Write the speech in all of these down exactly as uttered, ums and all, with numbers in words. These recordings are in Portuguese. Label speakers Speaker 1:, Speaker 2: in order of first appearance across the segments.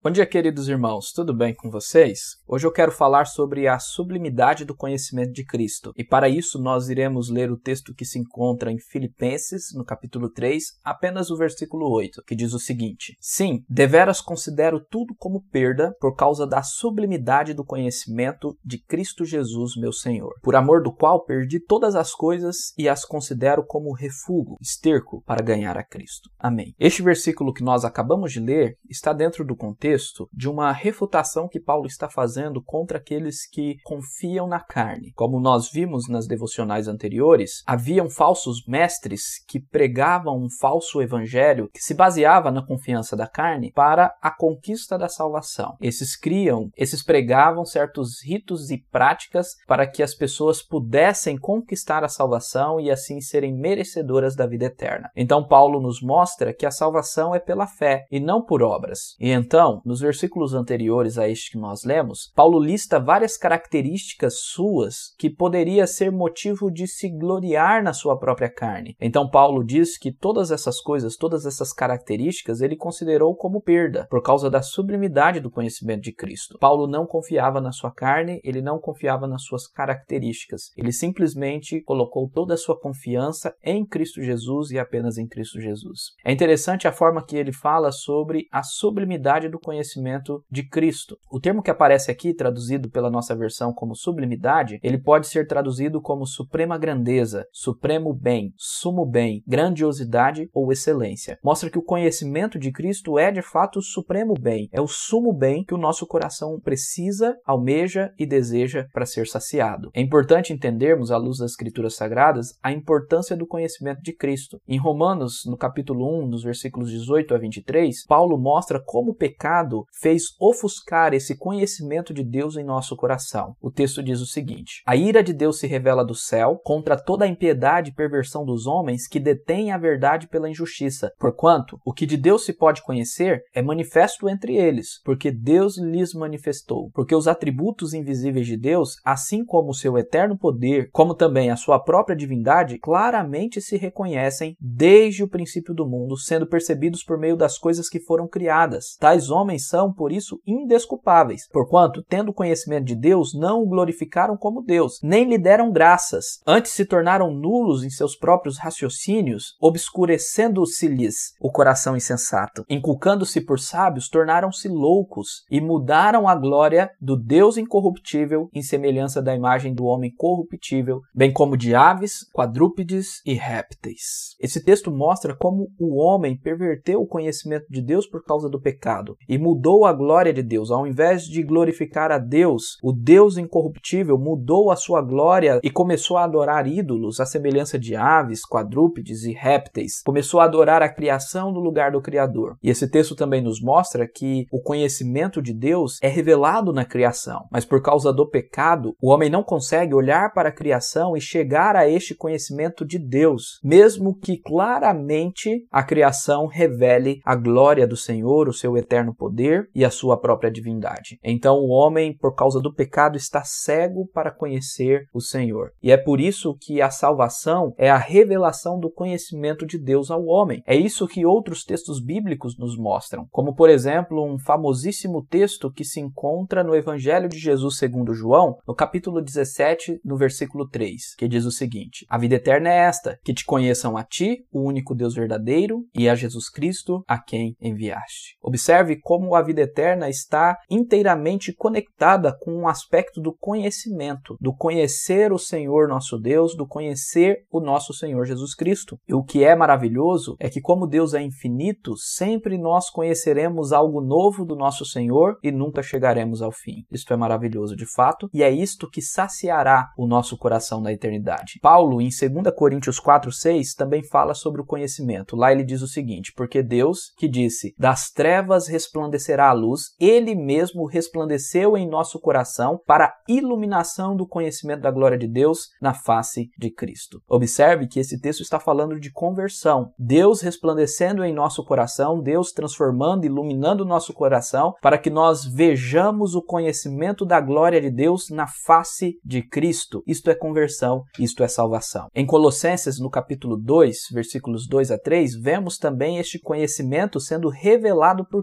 Speaker 1: Bom dia, queridos irmãos, tudo bem com vocês? Hoje eu quero falar sobre a sublimidade do conhecimento de Cristo. E para isso nós iremos ler o texto que se encontra em Filipenses, no capítulo três, apenas o versículo oito, que diz o seguinte: Sim, deveras considero tudo como perda por causa da sublimidade do conhecimento de Cristo Jesus, meu Senhor, por amor do qual perdi todas as coisas e as considero como refúgio, esterco, para ganhar a Cristo. Amém. Este versículo que nós acabamos de ler está dentro do contexto de uma refutação que Paulo está fazendo contra aqueles que confiam na carne. Como nós vimos nas devocionais anteriores, haviam falsos mestres que pregavam um falso evangelho que se baseava na confiança da carne para a conquista da salvação. Esses criam, esses pregavam certos ritos e práticas para que as pessoas pudessem conquistar a salvação e assim serem merecedoras da vida eterna. Então Paulo nos mostra que a salvação é pela fé e não por obras. E então, nos versículos anteriores a este que nós lemos, Paulo lista várias características suas que poderia ser motivo de se gloriar na sua própria carne. Então Paulo diz que todas essas coisas, todas essas características, ele considerou como perda, por causa da sublimidade do conhecimento de Cristo. Paulo não confiava na sua carne, ele não confiava nas suas características. Ele simplesmente colocou toda a sua confiança em Cristo Jesus e apenas em Cristo Jesus. É interessante a forma que ele fala sobre a sublimidade do conhecimento de Cristo. O termo que aparece aqui, traduzido pela nossa versão como sublimidade, ele pode ser traduzido como suprema grandeza, supremo bem, sumo bem, grandiosidade ou excelência. Mostra que o conhecimento de Cristo é de fato o supremo bem, é o sumo bem que o nosso coração precisa, almeja e deseja para ser saciado. É importante entendermos, à luz das Escrituras Sagradas, a importância do conhecimento de Cristo. Em Romanos, no capítulo um, nos versículos dezoito a vinte e três, Paulo mostra como o pecado fez ofuscar esse conhecimento de Deus em nosso coração. O texto diz o seguinte: A ira de Deus se revela do céu contra toda a impiedade e perversão dos homens que detêm a verdade pela injustiça. Porquanto, o que de Deus se pode conhecer é manifesto entre eles, porque Deus lhes manifestou. Porque os atributos invisíveis de Deus, assim como o seu eterno poder, como também a sua própria divindade, claramente se reconhecem desde o princípio do mundo, sendo percebidos por meio das coisas que foram criadas. Tais homens são, por isso, indesculpáveis, porquanto, tendo conhecimento de Deus, não o glorificaram como Deus, nem lhe deram graças. Antes se tornaram nulos em seus próprios raciocínios, obscurecendo-se-lhes o coração insensato. Inculcando-se por sábios, tornaram-se loucos e mudaram a glória do Deus incorruptível em semelhança da imagem do homem corruptível, bem como de aves, quadrúpedes e répteis. Esse texto mostra como o homem perverteu o conhecimento de Deus por causa do pecado e mudou a glória de Deus. Ao invés de glorificar a Deus, o Deus incorruptível mudou a sua glória e começou a adorar ídolos, à semelhança de aves, quadrúpedes e répteis. Começou a adorar a criação no lugar do Criador. E esse texto também nos mostra que o conhecimento de Deus é revelado na criação, mas por causa do pecado, o homem não consegue olhar para a criação e chegar a este conhecimento de Deus, mesmo que claramente a criação revele a glória do Senhor, o seu eterno poder e a sua própria divindade. Então o homem, por causa do pecado, está cego para conhecer o Senhor. E é por isso que a salvação é a revelação do conhecimento de Deus ao homem. É isso que outros textos bíblicos nos mostram, como por exemplo um famosíssimo texto que se encontra no Evangelho de Jesus segundo João, no capítulo dezessete, no versículo três, que diz o seguinte: A vida eterna é esta, que te conheçam a ti, o único Deus verdadeiro, e a Jesus Cristo, a quem enviaste. Observe como a vida eterna está inteiramente conectada com um aspecto do conhecimento, do conhecer o Senhor nosso Deus, do conhecer o nosso Senhor Jesus Cristo. E o que é maravilhoso é que, como Deus é infinito, sempre nós conheceremos algo novo do nosso Senhor e nunca chegaremos ao fim. Isto é maravilhoso de fato, e é isto que saciará o nosso coração na eternidade. Paulo, em dois Coríntios quatro, seis, também fala sobre o conhecimento. Lá ele diz o seguinte: Porque Deus, que disse, das trevas resplandecerá a luz, ele mesmo resplandeceu em nosso coração para a iluminação do conhecimento da glória de Deus na face de Cristo. Observe que esse texto está falando de conversão. Deus resplandecendo em nosso coração, Deus transformando, iluminando o nosso coração para que nós vejamos o conhecimento da glória de Deus na face de Cristo. Isto é conversão, isto é salvação. Em Colossenses, no capítulo dois, versículos dois a três, vemos também este conhecimento sendo revelado por Cristo.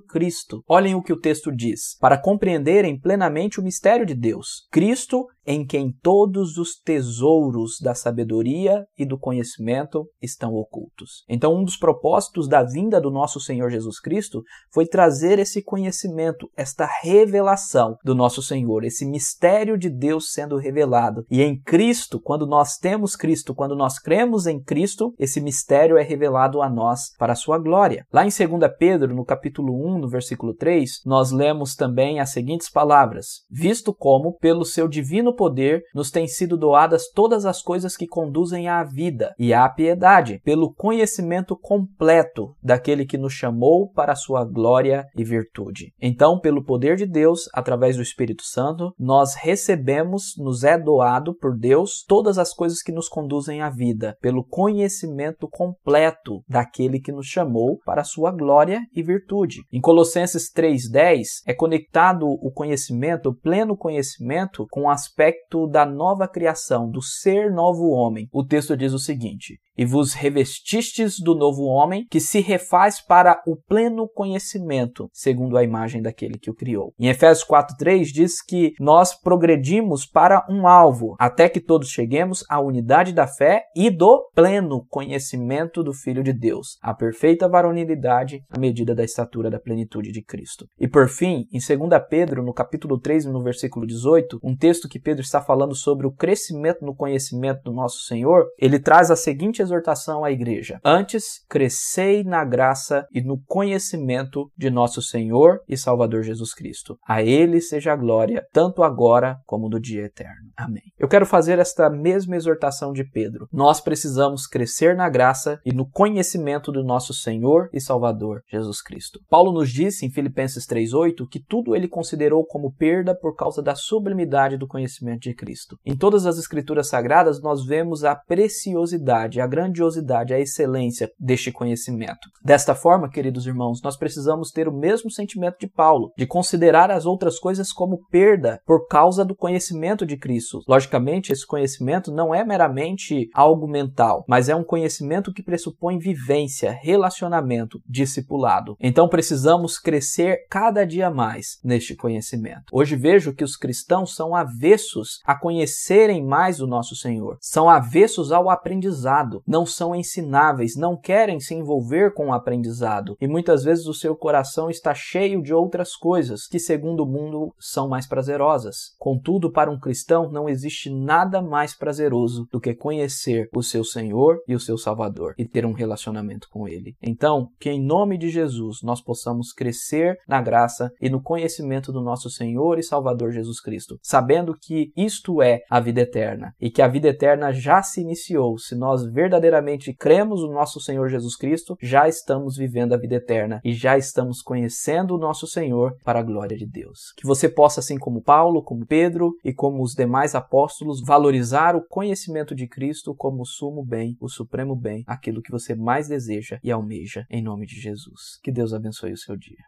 Speaker 1: Cristo. Olhem o que o texto diz. Para compreenderem plenamente o mistério de Deus, Cristo, em quem todos os tesouros da sabedoria e do conhecimento estão ocultos. Então, um dos propósitos da vinda do nosso Senhor Jesus Cristo foi trazer esse conhecimento, esta revelação do nosso Senhor, esse mistério de Deus sendo revelado. E em Cristo, quando nós temos Cristo, quando nós cremos em Cristo, esse mistério é revelado a nós para a sua glória. Lá em segunda Pedro, no capítulo um, no versículo três, nós lemos também as seguintes palavras: visto como, pelo seu divino poder, nos têm sido doadas todas as coisas que conduzem à vida e à piedade, pelo conhecimento completo daquele que nos chamou para a sua glória e virtude. Então, pelo poder de Deus, através do Espírito Santo, nós recebemos, nos é doado por Deus, todas as coisas que nos conduzem à vida, pelo conhecimento completo daquele que nos chamou para a sua glória e virtude. Em Colossenses três, dez, é conectado o conhecimento, o pleno conhecimento, com o aspecto da nova criação, do ser novo homem. O texto diz o seguinte: e vos revestistes do novo homem, que se refaz para o pleno conhecimento, segundo a imagem daquele que o criou. Em Efésios quatro, três diz que nós progredimos para um alvo, até que todos cheguemos à unidade da fé e do pleno conhecimento do Filho de Deus, a perfeita varonilidade à medida da estatura da plenitude de Cristo. E por fim, em segunda Pedro, no capítulo três, no versículo dezoito, um texto que Pedro está falando sobre o crescimento no conhecimento do nosso Senhor, ele traz a seguinte exortação à igreja: antes, crescei na graça e no conhecimento de nosso Senhor e Salvador Jesus Cristo. A Ele seja a glória, tanto agora como no dia eterno. Amém. Eu quero fazer esta mesma exortação de Pedro. Nós precisamos crescer na graça e no conhecimento do nosso Senhor e Salvador Jesus Cristo. Paulo nos disse em Filipenses três, oito que tudo ele considerou como perda por causa da sublimidade do conhecimento de Cristo. Em todas as Escrituras Sagradas nós vemos a preciosidade, a grandiosidade, a excelência deste conhecimento. Desta forma, queridos irmãos, nós precisamos ter o mesmo sentimento de Paulo, de considerar as outras coisas como perda por causa do conhecimento de Cristo. Logicamente, esse conhecimento não é meramente algo mental, mas é um conhecimento que pressupõe vivência, relacionamento, discipulado. Então precisamos crescer cada dia mais neste conhecimento. Hoje vejo que os cristãos são avessos a conhecerem mais o nosso Senhor, são avessos ao aprendizado, não são ensináveis, não querem se envolver com o aprendizado e muitas vezes o seu coração está cheio de outras coisas que, segundo o mundo, são mais prazerosas. Contudo, para um cristão não existe nada mais prazeroso do que conhecer o seu Senhor e o seu Salvador e ter um relacionamento com Ele. Então, que em nome de Jesus nós possamos crescer na graça e no conhecimento do nosso Senhor e Salvador Jesus Cristo, sabendo que isto é a vida eterna e que a vida eterna já se iniciou. Se nós verdadeiramente cremos no nosso Senhor Jesus Cristo, já estamos vivendo a vida eterna e já estamos conhecendo o nosso Senhor para a glória de Deus. Que você possa, assim como Paulo, como Pedro e como os demais apóstolos, valorizar o conhecimento de Cristo como o sumo bem, o supremo bem, aquilo que você mais deseja e almeja, em nome de Jesus. Que Deus abençoe o seu dia.